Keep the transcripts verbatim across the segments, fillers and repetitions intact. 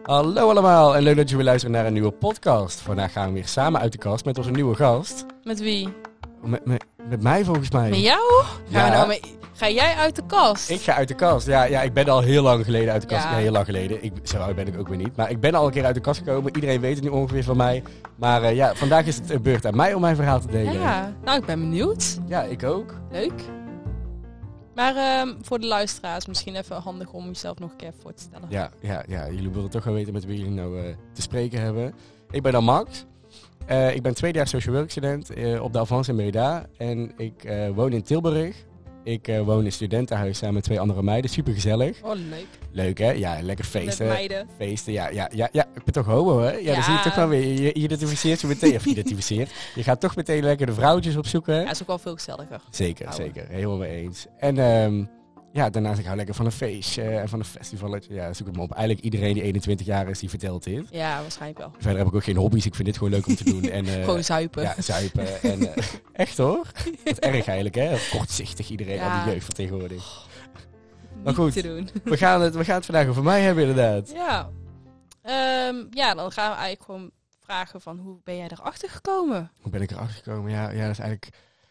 Hallo allemaal en leuk dat je weer luistert naar een nieuwe podcast. Vandaag gaan we weer samen uit de kast met onze nieuwe gast. Met wie? Met, met, met mij volgens mij. Met jou? Gaan Ja. we nou mee... Ga jij uit de kast? Ik ga uit de kast. Ja, ja, ik ben al heel lang geleden uit de kast. Ja. Ja, heel lang geleden. Ik, zo oud ben ik ook weer niet. Maar ik ben al een keer uit de kast gekomen. Iedereen weet het nu ongeveer van mij. Maar uh, ja, vandaag is het uh, beurt aan mij om mijn verhaal te delen. Ja, nou ik ben benieuwd. Ja, ik ook. Leuk. Maar uh, voor de luisteraars misschien even handig om jezelf nog een keer voor te stellen. Ja, ja, ja, jullie willen toch wel weten met wie jullie nou uh, te spreken hebben. Ik ben dan Max. Uh, ik ben tweedejaars social work student uh, op de Avans in Breda. En ik uh, woon in Tilburg. Ik uh, woon in een studentenhuis samen met twee andere meiden. Super gezellig. Oh, leuk. Leuk hè? Ja, lekker feesten. Met meiden. Feesten, ja, ja, ja, ja. Ik ben toch homo hè? Ja, Ja. dan zie je toch wel weer. Je, je identificeert je meteen. Of identificeert. Je gaat toch meteen lekker de vrouwtjes opzoeken. Ja, is ook wel veel gezelliger. Zeker, Ouwe. zeker. Helemaal mee eens. En um, ja, daarnaast ik hou lekker van een feestje en van een festivaletje. Ja, zoek het maar op. Eigenlijk iedereen die eenentwintig jaar is, die vertelt dit. Ja, waarschijnlijk wel. Verder heb ik ook geen hobby's. Ik vind dit gewoon leuk om te doen. En, uh, Gewoon zuipen. Ja, zuipen. En, uh, echt hoor. Wat erg eigenlijk hè. Kortzichtig iedereen, Ja. al die jeugd vertegenwoordigt. Niet maar goed. te doen. We gaan, het, we gaan het vandaag over mij hebben inderdaad. Ja. Um, ja, dan gaan we eigenlijk gewoon vragen van hoe ben jij erachter gekomen? Hoe ben ik erachter gekomen? Ja, ja, dat is eigenlijk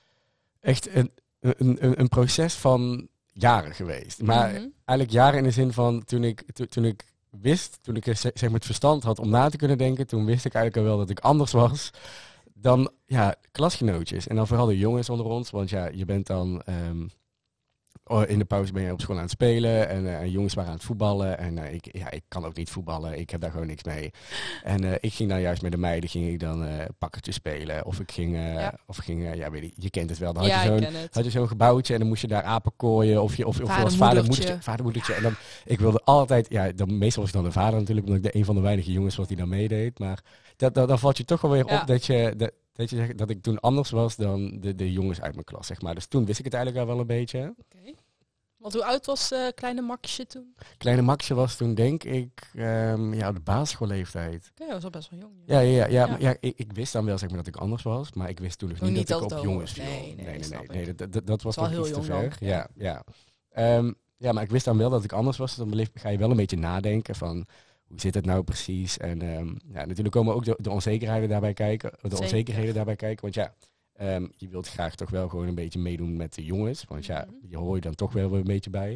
echt een, een, een, een proces van jaren geweest. Maar Mm-hmm. eigenlijk jaren in de zin van toen ik, to, toen ik wist, toen ik zeg maar het verstand had om na te kunnen denken, toen wist ik eigenlijk al wel dat ik anders was dan ja, klasgenootjes. En dan vooral de jongens onder ons, want ja, je bent dan... Um, Oh, in de pauze ben je op school aan het spelen en uh, jongens waren aan het voetballen. En uh, ik, ja, ik kan ook niet voetballen, ik heb daar gewoon niks mee. En uh, ik ging dan juist met de meiden ging ik dan uh, pakkertjes spelen. Of ik ging, uh, Ja. of ging uh, ja weet je, je kent het wel. Dan had Ja, je ik zo'n, ken het. had je zo'n gebouwtje en dan moest je daar apen kooien. Of je, of, of je was Vadermoedertje. vadermoedertje. vadermoedertje. En dan, ik wilde altijd, ja, dan, meestal was ik dan de vader natuurlijk, omdat ik de een van de weinige jongens was die dan meedeed. Maar dat, dat, dan valt je toch wel weer Ja. op dat je... Dat, dat, je zegt, dat ik toen anders was dan de, de jongens uit mijn klas, zeg maar. Dus toen wist ik het eigenlijk al wel een beetje. Okay. Want hoe oud was uh, kleine Maxje toen? Kleine Maxje was toen denk ik um, ja, op de basisschoolleeftijd. Oké, okay, was al best wel jong. Ja, ja, ja, ja, Ja. maar ja ik, ik wist dan wel zeg maar dat ik anders was, maar ik wist toen nog Nog niet, niet dat, dat ik het op al- jongens viel. nee, nee, nee, nee, snap nee, ik. dat, dat, dat was Dat is nog wel iets te heel ver. jong dan, Ja, ja. Um, ja, maar ik wist dan wel dat ik anders was, dus dan beleef- ga je wel een beetje nadenken van hoe zit het nou precies. En um, ja, natuurlijk komen ook de, de onzekerheden daarbij kijken, de Zeker. onzekerheden daarbij kijken, want ja. Um, je wilt graag toch wel gewoon een beetje meedoen met de jongens. Want ja, Mhm. je hoor je dan toch wel weer een beetje bij.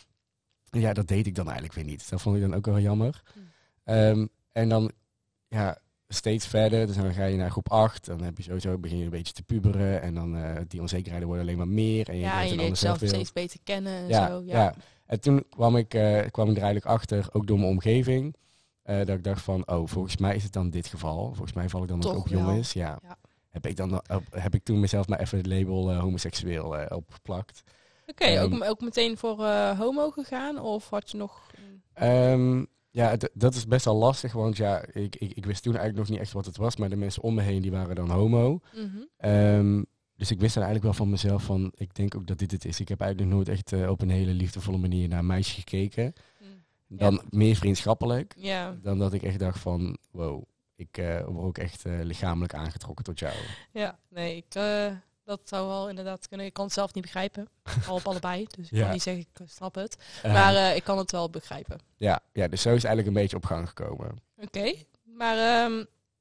En ja, dat deed ik dan eigenlijk weer niet. Dat vond ik dan ook wel jammer. Mhm. Um, en dan, ja, steeds verder. Dus dan ga je naar groep acht. Dan heb je sowieso, begin je een beetje te puberen. En dan, uh, die onzekerheden worden alleen maar meer. En je Ja, krijgt en je een leert ander jezelf zelfbeeld. steeds beter kennen en Ja, zo. ja. En toen kwam ik, uh, kwam ik er eigenlijk achter, ook door mijn omgeving. Uh, dat ik dacht van, oh, volgens mij is het dan dit geval. Volgens mij val ik dan Toch ook op wel. jongens. Ja. Ja. Heb ik, dan, op, heb ik toen mezelf maar even het label uh, homoseksueel uh, opgeplakt. Oké, okay, Um, ook, ook meteen voor uh, homo gegaan? Of had je nog... Um, ja, d- dat is best wel lastig, want ja, ik, ik, ik wist toen eigenlijk nog niet echt wat het was. Maar de mensen om me heen, die waren dan homo. Mm-hmm. Um, dus ik wist dan eigenlijk wel van mezelf van, ik denk ook dat dit het is. Ik heb eigenlijk nog nooit echt uh, op een hele liefdevolle manier naar een meisje gekeken. Mm. Dan Ja. meer vriendschappelijk. Ja. Dan dat ik echt dacht van, wow, ik uh, word ook echt uh, lichamelijk aangetrokken tot jou. Ja, nee, ik, uh, dat zou wel inderdaad kunnen. Ik kan het zelf niet begrijpen. Al op allebei, dus ik Ja. kan niet zeggen ik snap het. Uh, Maar uh, ik kan het wel begrijpen. ja, ja, dus zo is het eigenlijk een beetje op gang gekomen. Oké, okay. Maar um,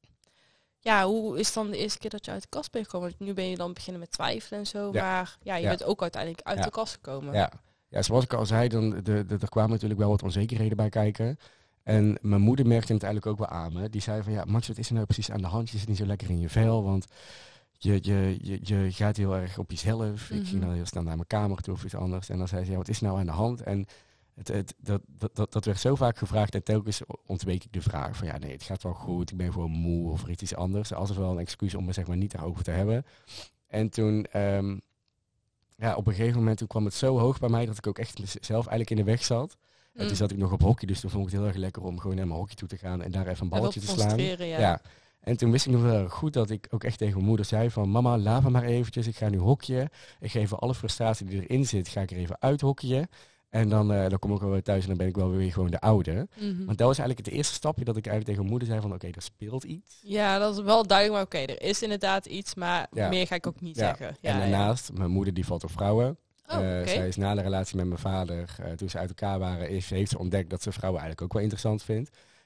ja, hoe is dan de eerste keer dat je uit de kast bent gekomen? Want nu ben je dan beginnen met twijfelen en zo. Ja. Maar ja, je Ja. bent ook uiteindelijk uit Ja. de kast gekomen. Ja. Ja, zoals ik al zei, dan, de, de, er kwamen natuurlijk wel wat onzekerheden bij kijken. En mijn moeder merkte het eigenlijk ook wel aan me. Die zei van, ja, Max, wat is er nou precies aan de hand? Je zit niet zo lekker in je vel, want je, je, je, je gaat heel erg op jezelf. Mhm. Ik ging dan heel snel naar mijn kamer toe of iets anders. En dan zei ze, ja, wat is er nou aan de hand? En het, het, dat, dat, dat, dat werd zo vaak gevraagd en telkens ontweek ik de vraag van, ja, nee, het gaat wel goed. Ik ben gewoon moe of iets anders. Altijd wel een excuus om me zeg maar niet daarover te hebben. En toen... Um, Ja, op een gegeven moment toen kwam het zo hoog bij mij dat ik ook echt zelf eigenlijk in de weg zat. Mm. En toen zat ik nog op hockey, dus toen vond ik het heel erg lekker om gewoon naar mijn hockey toe te gaan en daar even een balletje te slaan. Ja. ja. En toen wist ik nog wel erg goed dat ik ook echt tegen mijn moeder zei van, mama, laat me maar eventjes, ik ga nu hockeyen. Ik ga even alle frustratie die erin zit, ga ik er even uit hockeyen. En dan, uh, dan kom ik wel weer thuis en dan ben ik wel weer gewoon de oude. Mm-hmm. Want dat was eigenlijk het eerste stapje dat ik eigenlijk tegen mijn moeder zei van, oké, okay, er speelt iets. Ja, dat is wel duidelijk, maar oké, okay, er is inderdaad iets, maar ja. meer ga ik ook niet ja. zeggen. Ja, en daarnaast, ja. mijn moeder die valt op vrouwen. Oh, okay. uh, zij is na de relatie met mijn vader, uh, toen ze uit elkaar waren, is, heeft ze ontdekt dat ze vrouwen eigenlijk ook wel interessant vindt.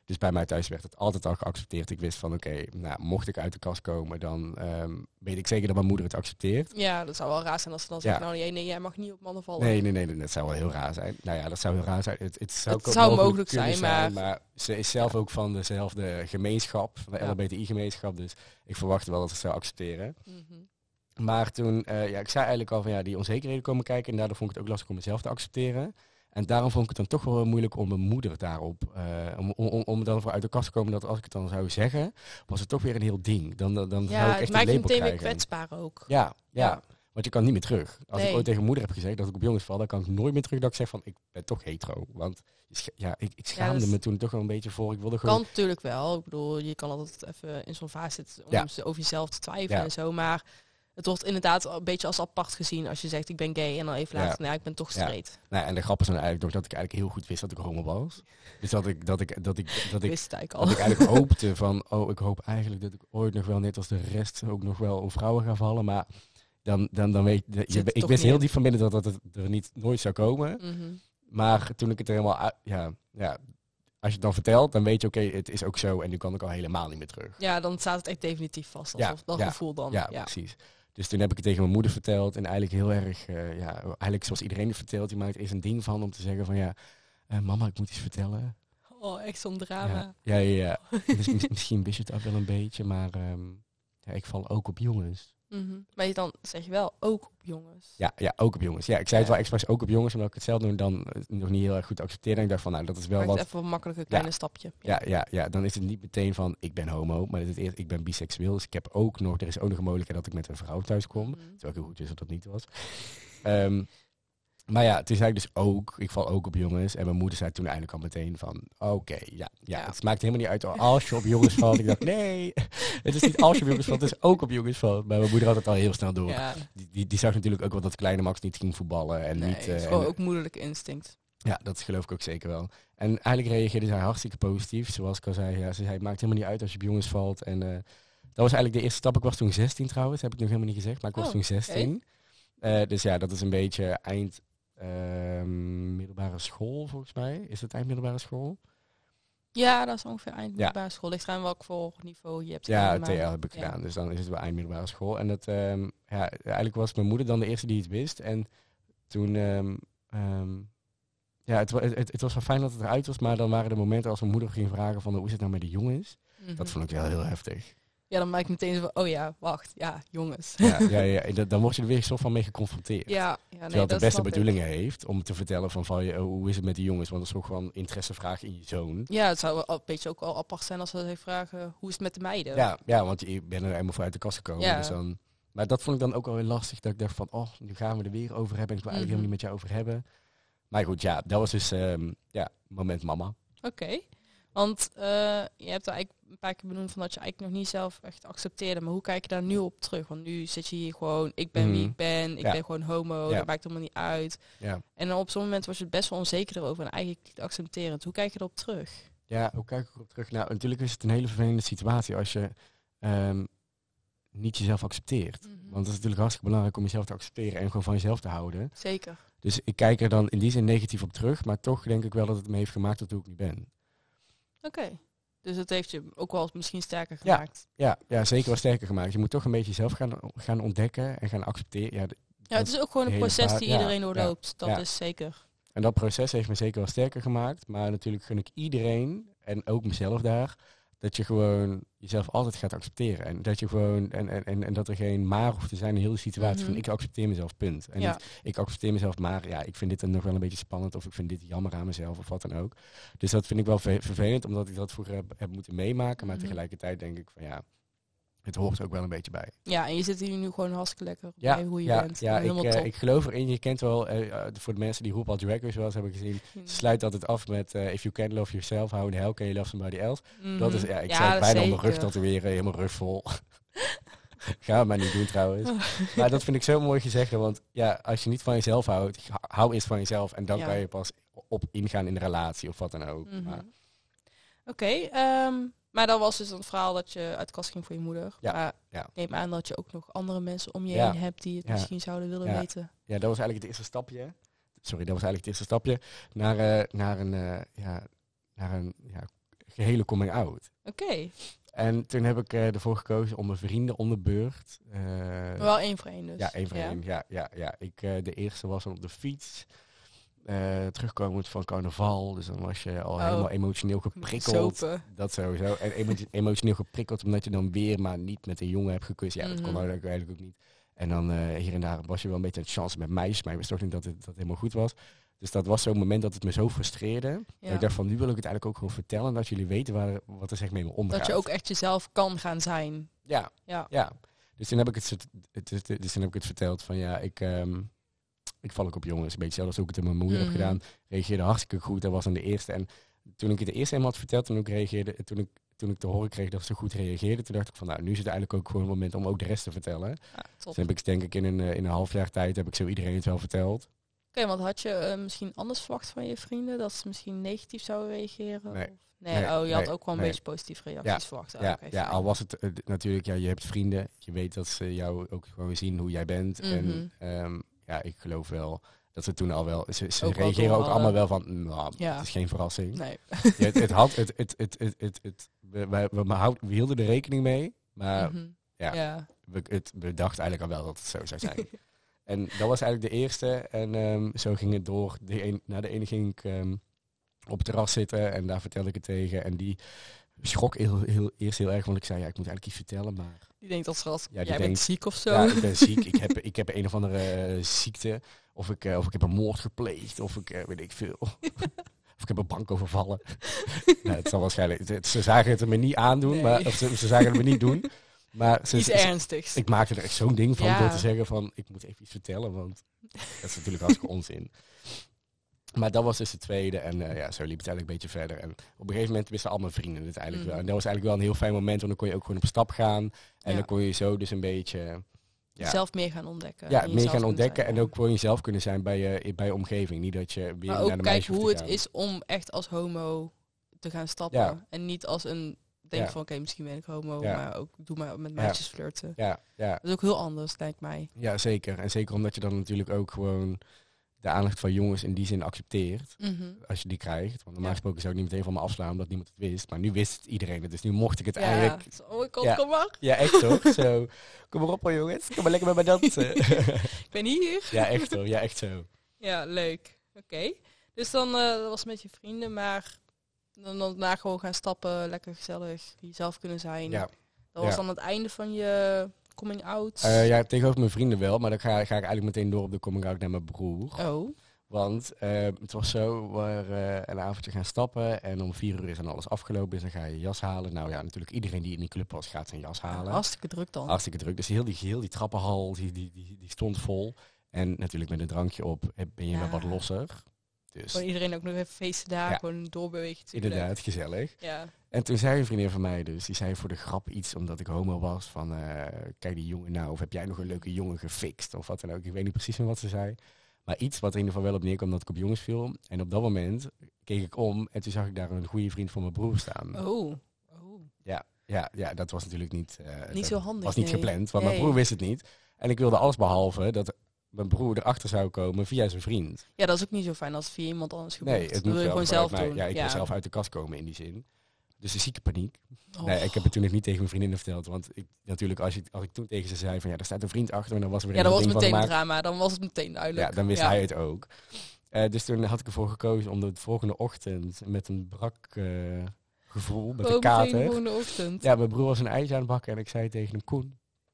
Dus bij mij thuis werd het altijd al geaccepteerd. Ik wist van oké, okay, nou, mocht ik uit de kast komen, dan um, weet ik zeker dat mijn moeder het accepteert. Ja, dat zou wel raar zijn als ze dan ja. zeggen, nou nee, nee, jij mag niet op mannen vallen. Nee, nee, nee, nee, dat zou wel heel raar zijn. Nou ja, dat zou heel raar zijn. Het, het zou, het zou mogelijk, mogelijk zijn, zijn, maar... maar ze is zelf ja. ook van dezelfde gemeenschap, van de ja. L H B T I-gemeenschap. Dus ik verwachtte wel dat ze het zou accepteren. Mm-hmm. Maar toen, uh, ja, ik zei eigenlijk al van ja, die onzekerheden komen kijken. En daardoor vond ik het ook lastig om mezelf te accepteren. En daarom vond ik het dan toch wel moeilijk om mijn moeder daarop, uh, om, om, om dan voor uit de kast te komen dat als ik het dan zou zeggen, was het toch weer een heel ding. Dan, dan, dan ja, zou ik echt het maakt een je label meteen krijgen. weer kwetsbaar ook. Ja, ja, ja. Want je kan niet meer terug. Als nee. ik ooit tegen mijn moeder heb gezegd dat ik op jongens val, dan kan ik nooit meer terug dat ik zeg van ik ben toch hetero. Want ja, ik, ik schaamde ja, dus me toen toch wel een beetje voor. Ik wilde gewoon... Kan natuurlijk wel. Ik bedoel, je kan altijd even in zo'n fase zitten om ja. over jezelf te twijfelen ja. en zo, maar het wordt inderdaad een beetje als apart gezien als je zegt ik ben gay en dan even later, ja. nou ik ben toch straight. Ja. Nou, en de grap is dan eigenlijk nog dat ik eigenlijk heel goed wist dat ik homo was. Dus dat ik dat ik dat ik dat ik, wist het dat ik eigenlijk hoopte van oh ik hoop eigenlijk dat ik ooit nog wel net als de rest ook nog wel op vrouwen ga vallen, maar dan dan dan weet je, je ik wist heel diep van binnen dat dat het er niet nooit zou komen. Mm-hmm. Maar toen ik het er helemaal uit, ja ja als je het dan vertelt, dan weet je, oké, okay, het is ook zo en nu kan ik al helemaal niet meer terug. Ja, dan staat het echt definitief vast. Alsof ja, dat ja, gevoel dan. Ja, ja, precies. Dus toen heb ik het tegen mijn moeder verteld en eigenlijk heel erg, uh, ja, eigenlijk zoals iedereen het vertelt, die maakt eerst een ding van om te zeggen van ja, uh, mama, ik moet iets vertellen. Oh, echt zo'n drama. Ja, ja, ja. ja. Dus misschien wist je het ook wel een beetje, maar um, ja, ik val ook op jongens. Mm-hmm. Maar dan zeg je wel ook op jongens. Ja, ja, ook op jongens. Ja, ik zei ja. het wel expres ook op jongens, omdat ik het zelf nu dan uh, nog niet heel erg goed accepteerde. En ik dacht van, nou, dat is wel Maakt wat... even een makkelijke kleine ja. stapje. Ja. Ja, ja, ja, dan is het niet meteen van, ik ben homo, maar het is eerst, ik ben biseksueel. Dus ik heb ook nog, er is ook nog een mogelijkheid dat ik met een vrouw thuis kom. Mm-hmm. Terwijl ik heel goed wist dat dat niet was. Um, maar ja, toen zei ik dus ook, ik val ook op jongens. En mijn moeder zei toen eigenlijk al meteen van, oké, okay, ja, ja, ja, het maakt helemaal niet uit als je op jongens valt. Ik dacht, nee, het is niet als je op jongens valt, het is ook op jongens valt. Maar mijn moeder had het al heel snel door. Ja. Die, die, die zag natuurlijk ook wel dat kleine Max niet ging voetballen. En nee, niet, het is uh, gewoon en, ook moederlijk instinct. Ja, dat geloof ik ook zeker wel. En eigenlijk reageerde zij hartstikke positief. Zoals ik al zei, ja, ze zei, het maakt helemaal niet uit als je op jongens valt. En uh, dat was eigenlijk de eerste stap. Ik was toen zestien trouwens, heb ik nog helemaal niet gezegd. Maar ik was oh, toen zestien. Okay. Uh, dus ja, dat is een beetje eind... Uh, middelbare school, volgens mij. Is het eind middelbare school? Ja, dat is ongeveer eind middelbare ja. school. Ligt eraan welk voor niveau je hebt ja, gedaan. Ja, T L heb ik ja. gedaan. Dus dan is het wel eind middelbare school. En dat, um, ja, eigenlijk was mijn moeder dan de eerste die het wist. En toen... Um, um, ja, het, het, het, het was wel fijn dat het eruit was. Maar dan waren er momenten als mijn moeder ging vragen van... hoe is het nou met de jongens? Mm-hmm. Dat vond ik wel heel heftig. Ja, dan maak ik meteen zo van, oh ja, wacht, ja, jongens. Ja, ja, ja, ja, dan word je er weer zo van mee geconfronteerd. Ja, ja nee, terwijl het de beste bedoelingen ik. heeft om te vertellen van, van je, oh, hoe is het met die jongens? Want dat is ook gewoon interessevraag in je zoon. Ja, het zou wel een beetje ook wel apart zijn als ze vragen, hoe is het met de meiden? Ja, ja, want je bent er helemaal voor uit de kast gekomen. Ja. Dus dan, maar dat vond ik dan ook al heel lastig, dat ik dacht van, oh, nu gaan we er weer over hebben. En ik wil eigenlijk mm-hmm. helemaal niet met jou over hebben. Maar goed, ja, dat was dus, um, ja, moment mama. Oké. Okay. Want uh, je hebt er eigenlijk een paar keer benoemd van dat je eigenlijk nog niet zelf echt accepteerde. Maar hoe kijk je daar nu op terug? Want nu zit je hier gewoon, ik ben mm. wie ik ben, ik ja. ben gewoon homo, ja. dat maakt helemaal niet uit. Ja. En dan op zo'n moment was je best wel onzeker erover en eigenlijk niet accepterend. Hoe kijk je erop terug? Ja, hoe kijk ik erop terug? Nou, natuurlijk is het een hele vervelende situatie als je um, niet jezelf accepteert. Mm-hmm. Want het is natuurlijk hartstikke belangrijk om jezelf te accepteren en gewoon van jezelf te houden. Zeker. Dus ik kijk er dan in die zin negatief op terug, maar toch denk ik wel dat het me heeft gemaakt tot hoe ik nu ben. Oké, okay. Dus het heeft je ook wel misschien sterker gemaakt. Ja, ja, ja, zeker wel sterker gemaakt. Je moet toch een beetje zelf gaan, gaan ontdekken en gaan accepteren. Ja, de, ja het is ook gewoon een proces die ja, iedereen doorloopt. Ja, dat ja. is zeker. En dat proces heeft me zeker wel sterker gemaakt. Maar natuurlijk gun ik iedereen, en ook mezelf daar, dat je gewoon jezelf altijd gaat accepteren. En dat je gewoon en, en, en, en dat er geen maar hoeft te zijn in heel de situatie mm-hmm. van ik accepteer mezelf, punt. En ja. niet, ik accepteer mezelf, maar ja, ik vind dit dan nog wel een beetje spannend of ik vind dit jammer aan mezelf of wat dan ook. Dus dat vind ik wel ve- vervelend, omdat ik dat vroeger heb, heb moeten meemaken. Maar mm-hmm. tegelijkertijd denk ik van ja, het hoort ook wel een beetje bij. Ja, en je zit hier nu gewoon hartstikke lekker ja, bij hoe je ja, bent. Ja, ik, uh, ik geloof erin. Je kent wel, uh, voor de mensen die RuPaul Drag Race wel eens hebben gezien, mm. sluit altijd af met uh, if you can't love yourself, how in the hell can you love somebody else? Mm-hmm. Dat is, ja, ik ja, zei bijna op mijn rug tatoeëren, helemaal rugvol. Ga het maar niet doen trouwens. Maar dat vind ik zo mooi gezegd, want ja, als je niet van jezelf houdt, hou eerst van jezelf en dan ja. kan je pas op ingaan in de relatie of wat dan ook. Mm-hmm. Oké, okay, um, maar dan was dus het verhaal dat je uit de kast ging voor je moeder. Ja. Maar ja. neem aan dat je ook nog andere mensen om je ja. heen hebt die het ja. misschien zouden willen ja. weten. Ja, dat was eigenlijk het eerste stapje. Sorry, dat was eigenlijk het eerste stapje naar, uh, naar een, uh, ja, naar een ja, gehele coming out. Oké. Okay. En toen heb ik uh, ervoor gekozen om mijn vrienden om de beurt. Uh, Wel één voor één dus. Ja, één voor ja. één. Ja, ja, ja. Ik, uh, de eerste was op de fiets. Uh, terugkomend van carnaval. Dus dan was je al oh, helemaal emotioneel geprikkeld. Dat sowieso. En emo- emotioneel geprikkeld omdat je dan weer maar niet met een jongen hebt gekust. Ja, dat mm-hmm. kon eigenlijk ook niet. En dan uh, hier en daar was je wel een beetje een chance met meisjes. Maar ik wist toch niet dat het, dat het helemaal goed was. Dus dat was zo'n moment dat het me zo frustreerde. Ja. Dat ik dacht van, nu wil ik het eigenlijk ook gewoon vertellen. Dat jullie weten waar, wat er zeg mee me omgaat. Dat je ook echt jezelf kan gaan zijn. Ja, ja. ja. Dus toen heb ik het, het, dus toen heb ik het verteld van ja, ik, um, ik val ook op jongens. Een beetje zelfs ook het in mijn moeder mm. heb gedaan. Reageerde hartstikke goed. Dat was dan de eerste. En toen ik het de eerste eenmaal had verteld, toen ik reageerde, toen ik, toen ik te horen kreeg dat ze goed reageerde, toen dacht ik van nou, nu is het eigenlijk ook gewoon een moment om ook de rest te vertellen. Ja, dus heb ik denk ik in een, in een half jaar tijd heb ik zo iedereen het wel verteld. Oké, okay, want had je uh, misschien anders verwacht van je vrienden? Dat ze misschien negatief zouden reageren? Nee. Of? Nee, nee, oh, je had nee, ook wel een nee. beetje positieve reacties ja, verwacht. Oh, ja, okay, ja, al was het uh, natuurlijk, ja, je hebt vrienden. Je weet dat ze jou ook gewoon zien hoe jij bent. Mm-hmm. En um, ja, ik geloof wel dat ze toen al wel... Ze, ze ook reageren ook allemaal wel van, nou, ja. Het is geen verrassing. Nee. Ja, het, het had, het, het, het, het, het, het, we, we, we, we hielden er rekening mee. Maar mm-hmm. ja, ja. We, het, we dachten eigenlijk al wel dat het zo zou zijn. En dat was eigenlijk de eerste. En um, zo ging het door. De een, na de ene ging ik um, op het terras zitten en daar vertelde ik het tegen. En die schrok heel, heel, eerst heel erg, want ik zei, ja, ik moet eigenlijk iets vertellen, maar... Die denkt als ras, ja, jij denkt, bent ziek of zo? Ja, ik ben ziek. ik, heb, ik heb een of andere uh, ziekte. Of ik, uh, of ik heb een moord gepleegd. Of ik, uh, weet ik veel. Of ik heb een bank overvallen. nou, het zal waarschijnlijk... Het, ze zagen het er me niet aandoen, nee. maar of ze, ze zagen het me niet doen. Maar ze, iets ze, ernstigs. Ik maakte er echt zo'n ding van ja. door te zeggen van, ik moet even iets vertellen, want dat is natuurlijk hartstikke onzin. Maar dat was dus de tweede en uh, ja, zo liep het eigenlijk een beetje verder. En op een gegeven moment wisten al mijn vrienden het eigenlijk mm. wel. En dat was eigenlijk wel een heel fijn moment, want dan kon je ook gewoon op stap gaan. En ja. dan kon je zo dus een beetje... Ja, zelf meer gaan ontdekken. Ja, meer gaan ontdekken zijn, en ja. ook gewoon jezelf kunnen zijn bij je, bij je omgeving. Niet dat je weer maar naar de meisje hoe hoeft te het gaan. is om echt als homo te gaan stappen. Ja. En niet als een... Denk ja. van, oké, okay, misschien ben ik homo, ja. maar ook doe maar met meisjes ja. flirten. Ja, ja. Dat is ook heel anders, lijkt mij. Ja, zeker. En zeker omdat je dan natuurlijk ook gewoon de aandacht van jongens in die zin accepteert. Mm-hmm. Als je die krijgt. Want normaal ja. gesproken zou ik niet meteen van me afslaan omdat niemand het wist. Maar nu wist het iedereen het. Dus nu mocht ik het ja. eigenlijk... Oh, ik kom, ja. kom maar. Ja, echt toch? Zo, kom maar op hoor jongens. Kom maar lekker met mij dansen. Ik ben hier. Ja, echt hoor. Ja, echt zo. Ja, leuk. Oké. Okay. Dus dan uh, dat was met je vrienden, maar... Dan daarna gewoon gaan stappen, lekker gezellig, jezelf kunnen zijn. Ja. Dat was ja. dan het einde van je coming out? Uh, ja, tegenover mijn vrienden wel, maar dan ga, ga ik eigenlijk meteen door op de coming out naar mijn broer. Oh. Want uh, het was zo, we waren uh, een avondje gaan stappen en om vier uur is dan alles afgelopen. Dus dan ga je je jas halen. Nou ja, natuurlijk iedereen die in die club was gaat zijn jas halen. Ja, hartstikke druk dan. Hartstikke druk. Dus heel die, heel die trappenhal, die, die, die, die stond vol. En natuurlijk met een drankje op ben je ja. wat wat losser. Dus. Gewoon iedereen ook nog even feesten daar, ja. gewoon doorbewegen. Inderdaad, gezellig. Ja. En toen zei een vriendin van mij dus, die zei voor de grap iets, omdat ik homo was, van uh, kijk die jongen nou, of heb jij nog een leuke jongen gefixt, of wat dan ook. Ik weet niet precies wat ze zei. Maar iets wat er in ieder geval wel op neerkwam dat ik op jongens viel. En op dat moment keek ik om en toen zag ik daar een goede vriend van mijn broer staan. Oh. oh. Ja, ja, ja, dat was natuurlijk niet... Uh, niet zo handig, was niet nee. gepland, want nee. mijn broer wist het niet. En ik wilde alles behalve dat... mijn broer erachter zou komen via zijn vriend. Ja, dat is ook niet zo fijn als het via iemand anders gebeurt. Nee, het dat moet wil je gewoon zelf mij. doen. Ja, ik ja. wil zelf uit de kast komen in die zin. Dus de zieke paniek. Oh. Nee, ik heb het toen nog niet tegen mijn vriendinnen verteld. Want ik, natuurlijk, als, je, als ik toen tegen ze zei van ja, er staat een vriend achter me, dan was er weer ja, een dan ding was het meteen van drama. Dan was het meteen duidelijk. Ja, dan wist ja. hij het ook. Uh, dus toen had ik ervoor gekozen om de volgende ochtend met een brak uh, gevoel, met oh, een kater. de volgende ochtend. Ja, mijn broer was een ijsje aan het bakken en ik zei tegen hem, Koen,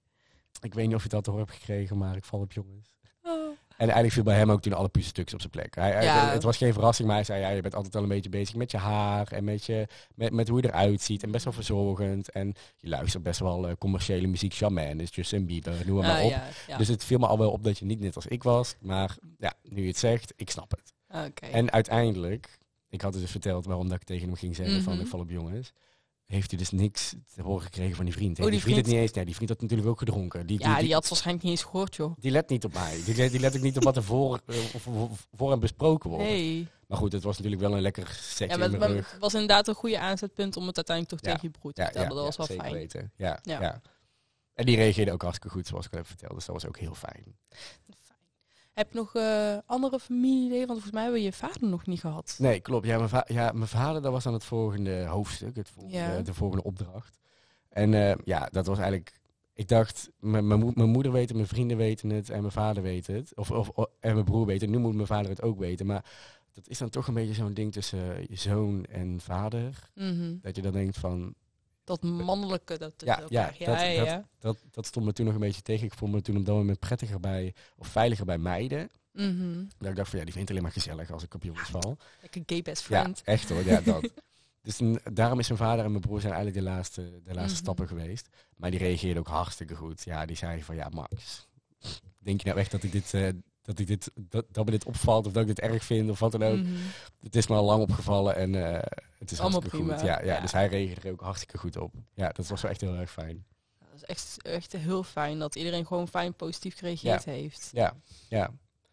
ik weet niet of je dat te horen hebt gekregen, maar ik val op jongens. Oh. En eigenlijk viel bij hem ook toen alle puzzelstukjes op zijn plek. Hij, hij, ja. Het was geen verrassing, maar hij zei, ja, je bent altijd al een beetje bezig met je haar en met, je, met, met hoe je eruit ziet en best wel verzorgend. En je luistert best wel uh, commerciële muziek, Shaman, dus Justin Bieber, noem maar uh, op. Ja, ja. Dus het viel me al wel op dat je niet net als ik was, maar ja, nu je het zegt, ik snap het. Okay. En uiteindelijk, ik had dus verteld waarom dat ik tegen hem ging zeggen mm-hmm. van ik val op jongens. Heeft hij dus niks te horen gekregen van die vriend. Oh, die, die vriend, vriend het niet eens. Nee, die vriend had natuurlijk ook gedronken. Die, ja, die, die, die had waarschijnlijk niet eens gehoord, joh. Die let niet op mij. Die let, die let ook niet op wat er voor, uh, voor, voor hem besproken wordt. Nee. Maar goed, het was natuurlijk wel een lekker setje ja, maar, in mijn maar rug. Het was inderdaad een goede aanzetpunt om het uiteindelijk toch ja. tegen je broer te ja, vertellen. Ja, dat ja, was wel zeker fijn. Weten. Ja, ja. ja. En die reageerde ook hartstikke goed, zoals ik al heb verteld. Dus dat was ook heel fijn. Fijn. Heb je nog uh, andere familieleden? Want volgens mij hebben we je vader nog niet gehad. Nee, klopt. Ja, mijn, va- ja, mijn vader, dat was dan het volgende hoofdstuk, het volgende, ja. de volgende opdracht. En uh, ja, dat was eigenlijk... Ik dacht, mijn mo- moeder weet het, mijn vrienden weten het en mijn vader weet het. Of, of, of, en mijn broer weet het. Nu moet mijn vader het ook weten. Maar dat is dan toch een beetje zo'n ding tussen uh, je zoon en vader. Mm-hmm. Dat je dan denkt van... Dat mannelijke, dat... Ja, ja, ja, dat, ja, ja. Dat, dat, dat stond me toen nog een beetje tegen. Ik voelde me toen op dat moment prettiger bij, of veiliger bij meiden. Mm-hmm. Dat ik dacht van, ja, die vindt het alleen maar gezellig als ik op jongens val. Like een gay best friend. Ja, echt hoor, ja, dat. Dus toen, daarom is mijn vader en mijn broer zijn eigenlijk de laatste, de laatste mm-hmm. stappen geweest. Maar die reageerden ook hartstikke goed. Ja, die zei van, ja, Max, denk je nou echt dat ik dit... Uh, dat, ik dit, dat, dat me dit opvalt of dat ik dit erg vind of wat dan ook. Mm-hmm. Het is me al lang opgevallen en uh, het is allemaal hartstikke prima. goed. Ja, ja, ja, dus hij reageerde er ook hartstikke goed op. Ja, dat was wel echt heel erg fijn. Dat is echt, echt heel fijn dat iedereen gewoon fijn positief gereageerd ja. heeft. Ja, ja.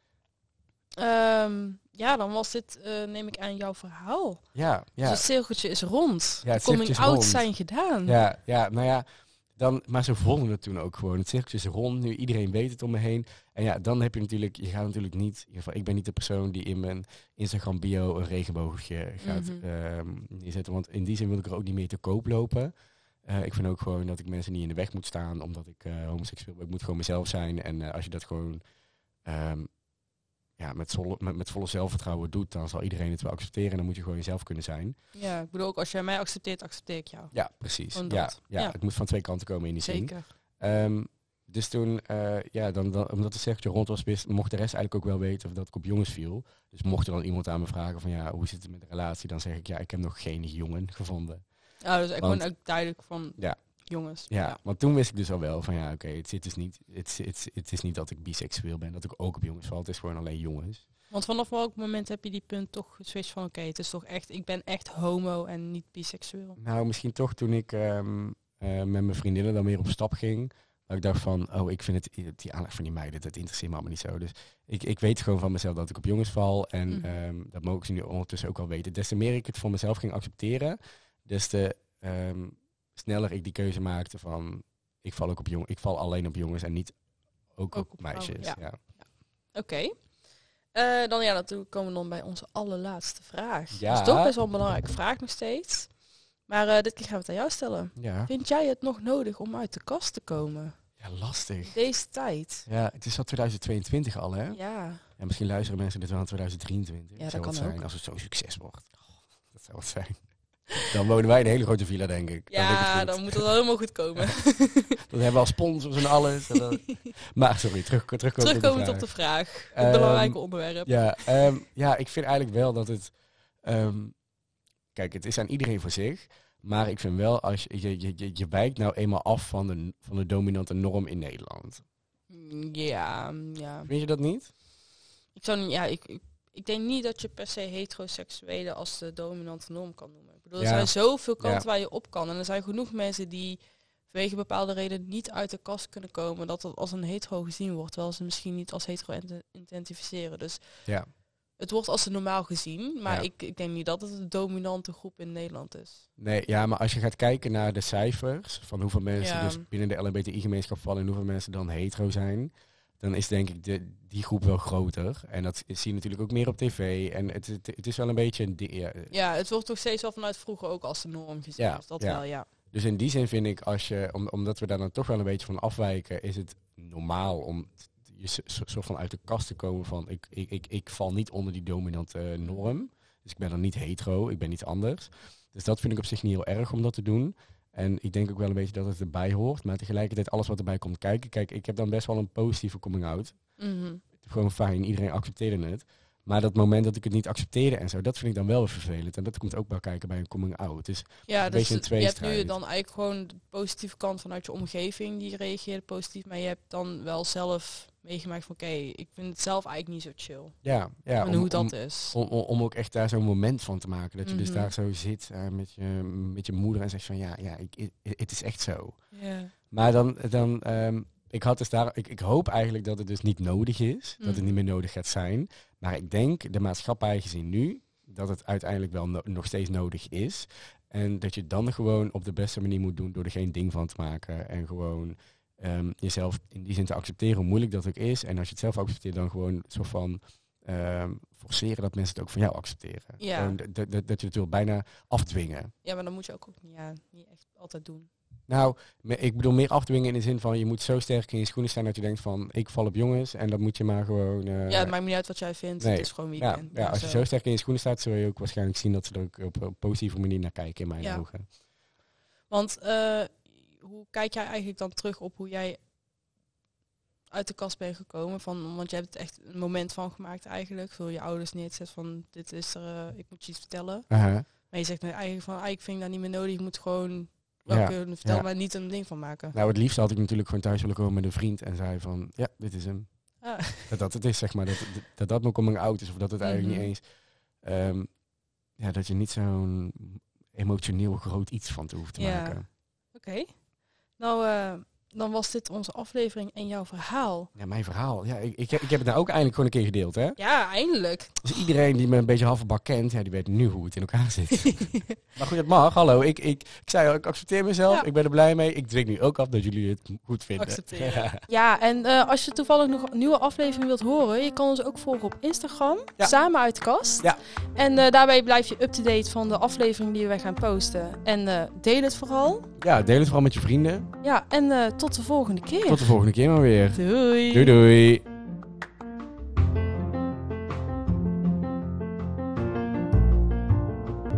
Um, ja, dan was dit, uh, neem ik aan, jouw verhaal. Ja, ja. Dus het cirkeltje is rond. Ja, de coming out rond. zijn gedaan. Ja, ja, nou ja. Dan, maar ze vonden het toen ook gewoon. Het cirkeltje is rond. Nu iedereen weet het om me heen. En ja, dan heb je natuurlijk... Je gaat natuurlijk niet... In ieder geval, ik ben niet de persoon die in mijn Instagram bio een regenboogje gaat mm-hmm. um, neerzetten. Want in die zin wil ik er ook niet meer te koop lopen. Uh, ik vind ook gewoon dat ik mensen niet in de weg moet staan. Omdat ik uh, homoseksueel ben. Ik moet gewoon mezelf zijn. En uh, als je dat gewoon... Um, ja, met, zol, met, met volle zelfvertrouwen doet, dan zal iedereen het wel accepteren. En dan moet je gewoon jezelf kunnen zijn. Ja, ik bedoel ook, als jij mij accepteert, accepteer ik jou. Ja, precies. Ja, ja, ja, het moet van twee kanten komen in die Zeker. zin. Um, dus toen, uh, ja, dan, dan, omdat het cirkeltje rond was, wist, mocht de rest eigenlijk ook wel weten of dat ik op jongens viel. Dus mocht er dan iemand aan me vragen van, ja, hoe zit het met de relatie? Dan zeg ik, ja, ik heb nog geen jongen gevonden. Oh, dus ik gewoon ook duidelijk van... Ja. Jongens. Ja, ja, want toen wist ik dus al wel van ja, oké, okay, het, het, is niet, het, het, het is niet dat ik biseksueel ben, dat ik ook op jongens val. Het is gewoon alleen jongens. Want vanaf welk moment heb je die punt toch geswitcht van oké, okay, het is toch echt, ik ben echt homo en niet biseksueel? Nou, misschien toch toen ik um, uh, met mijn vriendinnen dan weer op stap ging. Dat ik dacht van, oh, ik vind het, die aandacht van die meiden, dat interesseert me allemaal niet zo. Dus ik, ik weet gewoon van mezelf dat ik op jongens val. En mm. um, dat mogen ze nu ondertussen ook al weten. Des te meer ik het voor mezelf ging accepteren, des te... Um, sneller ik die keuze maakte van ik val ook op jong, ik val alleen op jongens en niet ook, ook op, op meisjes. Ja. Ja. Ja. Oké. Okay. Uh, dan ja, natuurlijk komen we dan bij onze allerlaatste vraag. Ja. Dat is toch best wel een belangrijke vraag nog steeds. Maar uh, dit keer gaan we het aan jou stellen. Ja. Vind jij het nog nodig om uit de kast te komen? Ja, lastig. Deze tijd. Ja, het is al twintig tweeëntwintig al, hè? Ja. En misschien luisteren mensen dit wel in twintig drieëntwintig. Ja, dat, dat kan zijn ook. Als het zo'n succes wordt. Oh, dat zou wat zijn. Dan wonen wij in een hele grote villa, denk ik. Ja, dan, dan moet het wel helemaal goed komen. Dan hebben we al sponsors en alles. En dan... Maar sorry, terug, terugkomend Terugkomend op de vraag. Op de vraag. Het um, belangrijke onderwerp. Ja, um, ja, ik vind eigenlijk wel dat het... Um, kijk, het is aan iedereen voor zich. Maar ik vind wel, als je, je, je, je wijkt nou eenmaal af van de, van de dominante norm in Nederland. Ja, ja. Vind je dat niet? Ik zou niet, ja, ik... ik Ik denk niet dat je per se heteroseksuelen als de dominante norm kan noemen. Ik bedoel, er ja. zijn zoveel kanten ja. waar je op kan. En er zijn genoeg mensen die vanwege bepaalde redenen niet uit de kast kunnen komen. Dat dat als een hetero gezien wordt. Terwijl ze misschien niet als hetero identificeren. Dus ja. het wordt als normaal gezien. Maar ja. ik, ik denk niet dat het de dominante groep in Nederland is. Nee, ja, maar als je gaat kijken naar de cijfers. Van hoeveel mensen ja. dus binnen de L H B T I-gemeenschap vallen. En hoeveel mensen dan hetero zijn. Dan is denk ik de, die groep wel groter. En dat zie je natuurlijk ook meer op tv. En het, het, het is wel een beetje... Een di- ja. ja, het wordt toch steeds wel vanuit vroeger ook als de norm gezien. Ja, dus dat ja. wel, ja. Dus in die zin vind ik, als je, om, omdat we daar dan toch wel een beetje van afwijken, is het normaal om je soort van uit de kast te komen van... Ik, ik, ik, ik val niet onder die dominante norm. Dus ik ben dan niet hetero, ik ben iets anders. Dus dat vind ik op zich niet heel erg om dat te doen. En ik denk ook wel een beetje dat het erbij hoort. Maar tegelijkertijd alles wat erbij komt kijken. Kijk, ik heb dan best wel een positieve coming out. Mm-hmm. Gewoon fijn, iedereen accepteerde het. Maar dat moment dat ik het niet accepteerde en zo, dat vind ik dan wel weer vervelend. En dat komt ook wel kijken bij een coming out. Dus ja, een dus beetje een tweestrijd. Je hebt nu dan eigenlijk gewoon de positieve kant vanuit je omgeving die reageert positief. Maar je hebt dan wel zelf meegemaakt van oké, okay, ik vind het zelf eigenlijk niet zo chill. Ja, ja. En om, hoe dat om, is. Om, om, om ook echt daar zo'n moment van te maken. Dat je mm-hmm. dus daar zo zit uh, met, je, met je moeder en zegt van ja, ja, ik, het is echt zo. Yeah. Maar dan, dan um, ik had dus daar, ik, ik hoop eigenlijk dat het dus niet nodig is. Mm. Dat het niet meer nodig gaat zijn. Maar ik denk, de maatschappij gezien nu, dat het uiteindelijk wel no- nog steeds nodig is. En dat je dan gewoon op de beste manier moet doen door er geen ding van te maken. En gewoon um, jezelf in die zin te accepteren, hoe moeilijk dat ook is. En als je het zelf accepteert, dan gewoon een soort van um, forceren dat mensen het ook van jou accepteren. Ja. Gewoon d- d- dat je het wil bijna afdwingen. Ja, maar dan moet je ook, ook ja, niet echt altijd doen. Nou, me, ik bedoel meer afdwingen in de zin van je moet zo sterk in je schoenen staan dat je denkt van ik val op jongens en dat moet je maar gewoon... Uh, ja, het maakt me niet uit wat jij vindt, nee. het is gewoon wie ik ja, ben. Ja, als zo. je zo sterk in je schoenen staat, zul je ook waarschijnlijk zien dat ze er ook op een positieve manier naar kijken in mijn ja. ogen. Want uh, hoe kijk jij eigenlijk dan terug op hoe jij uit de kast bent gekomen? Van, want je hebt het echt een moment van gemaakt eigenlijk. Veel je ouders neerzet van dit is er, uh, ik moet je iets vertellen. Uh-huh. Maar je zegt nee, eigenlijk van eigenlijk vind ik dat niet meer nodig. Je moet gewoon welke ja. vertel, ja. maar niet een ding van maken. Nou, het liefst had ik natuurlijk gewoon thuis willen komen met een vriend en zei van ja, dit is hem. Ah. Dat dat het is, zeg maar. Dat dat, dat mijn coming out is of dat het eigenlijk mm-hmm. niet eens... Um, ja, dat je niet zo'n emotioneel groot iets van te hoeft te ja. maken. Oké. Okay. Nou, uh, dan was dit onze aflevering en jouw verhaal. Ja, mijn verhaal. Ja, ik, ik, ik heb het nou ook eindelijk gewoon een keer gedeeld, hè? Ja, eindelijk. Dus iedereen die me een beetje halve kent, ja, die weet nu hoe het in elkaar zit. Maar goed, het mag. Hallo, ik, ik, ik zei al, ik accepteer mezelf. Ja. Ik ben er blij mee. Ik dwing nu ook af dat jullie het goed vinden. Accepteren. Ja, ja en uh, als je toevallig nog een nieuwe aflevering wilt horen, je kan ons ook volgen op Instagram. Ja. Samen uit de kast. Ja. En uh, daarbij blijf je up-to-date van de aflevering die wij gaan posten. En uh, deel het vooral. Ja, deel het vooral met je vrienden. Ja, en uh, tot de volgende keer. Tot de volgende keer maar weer. Doei. Doei doei.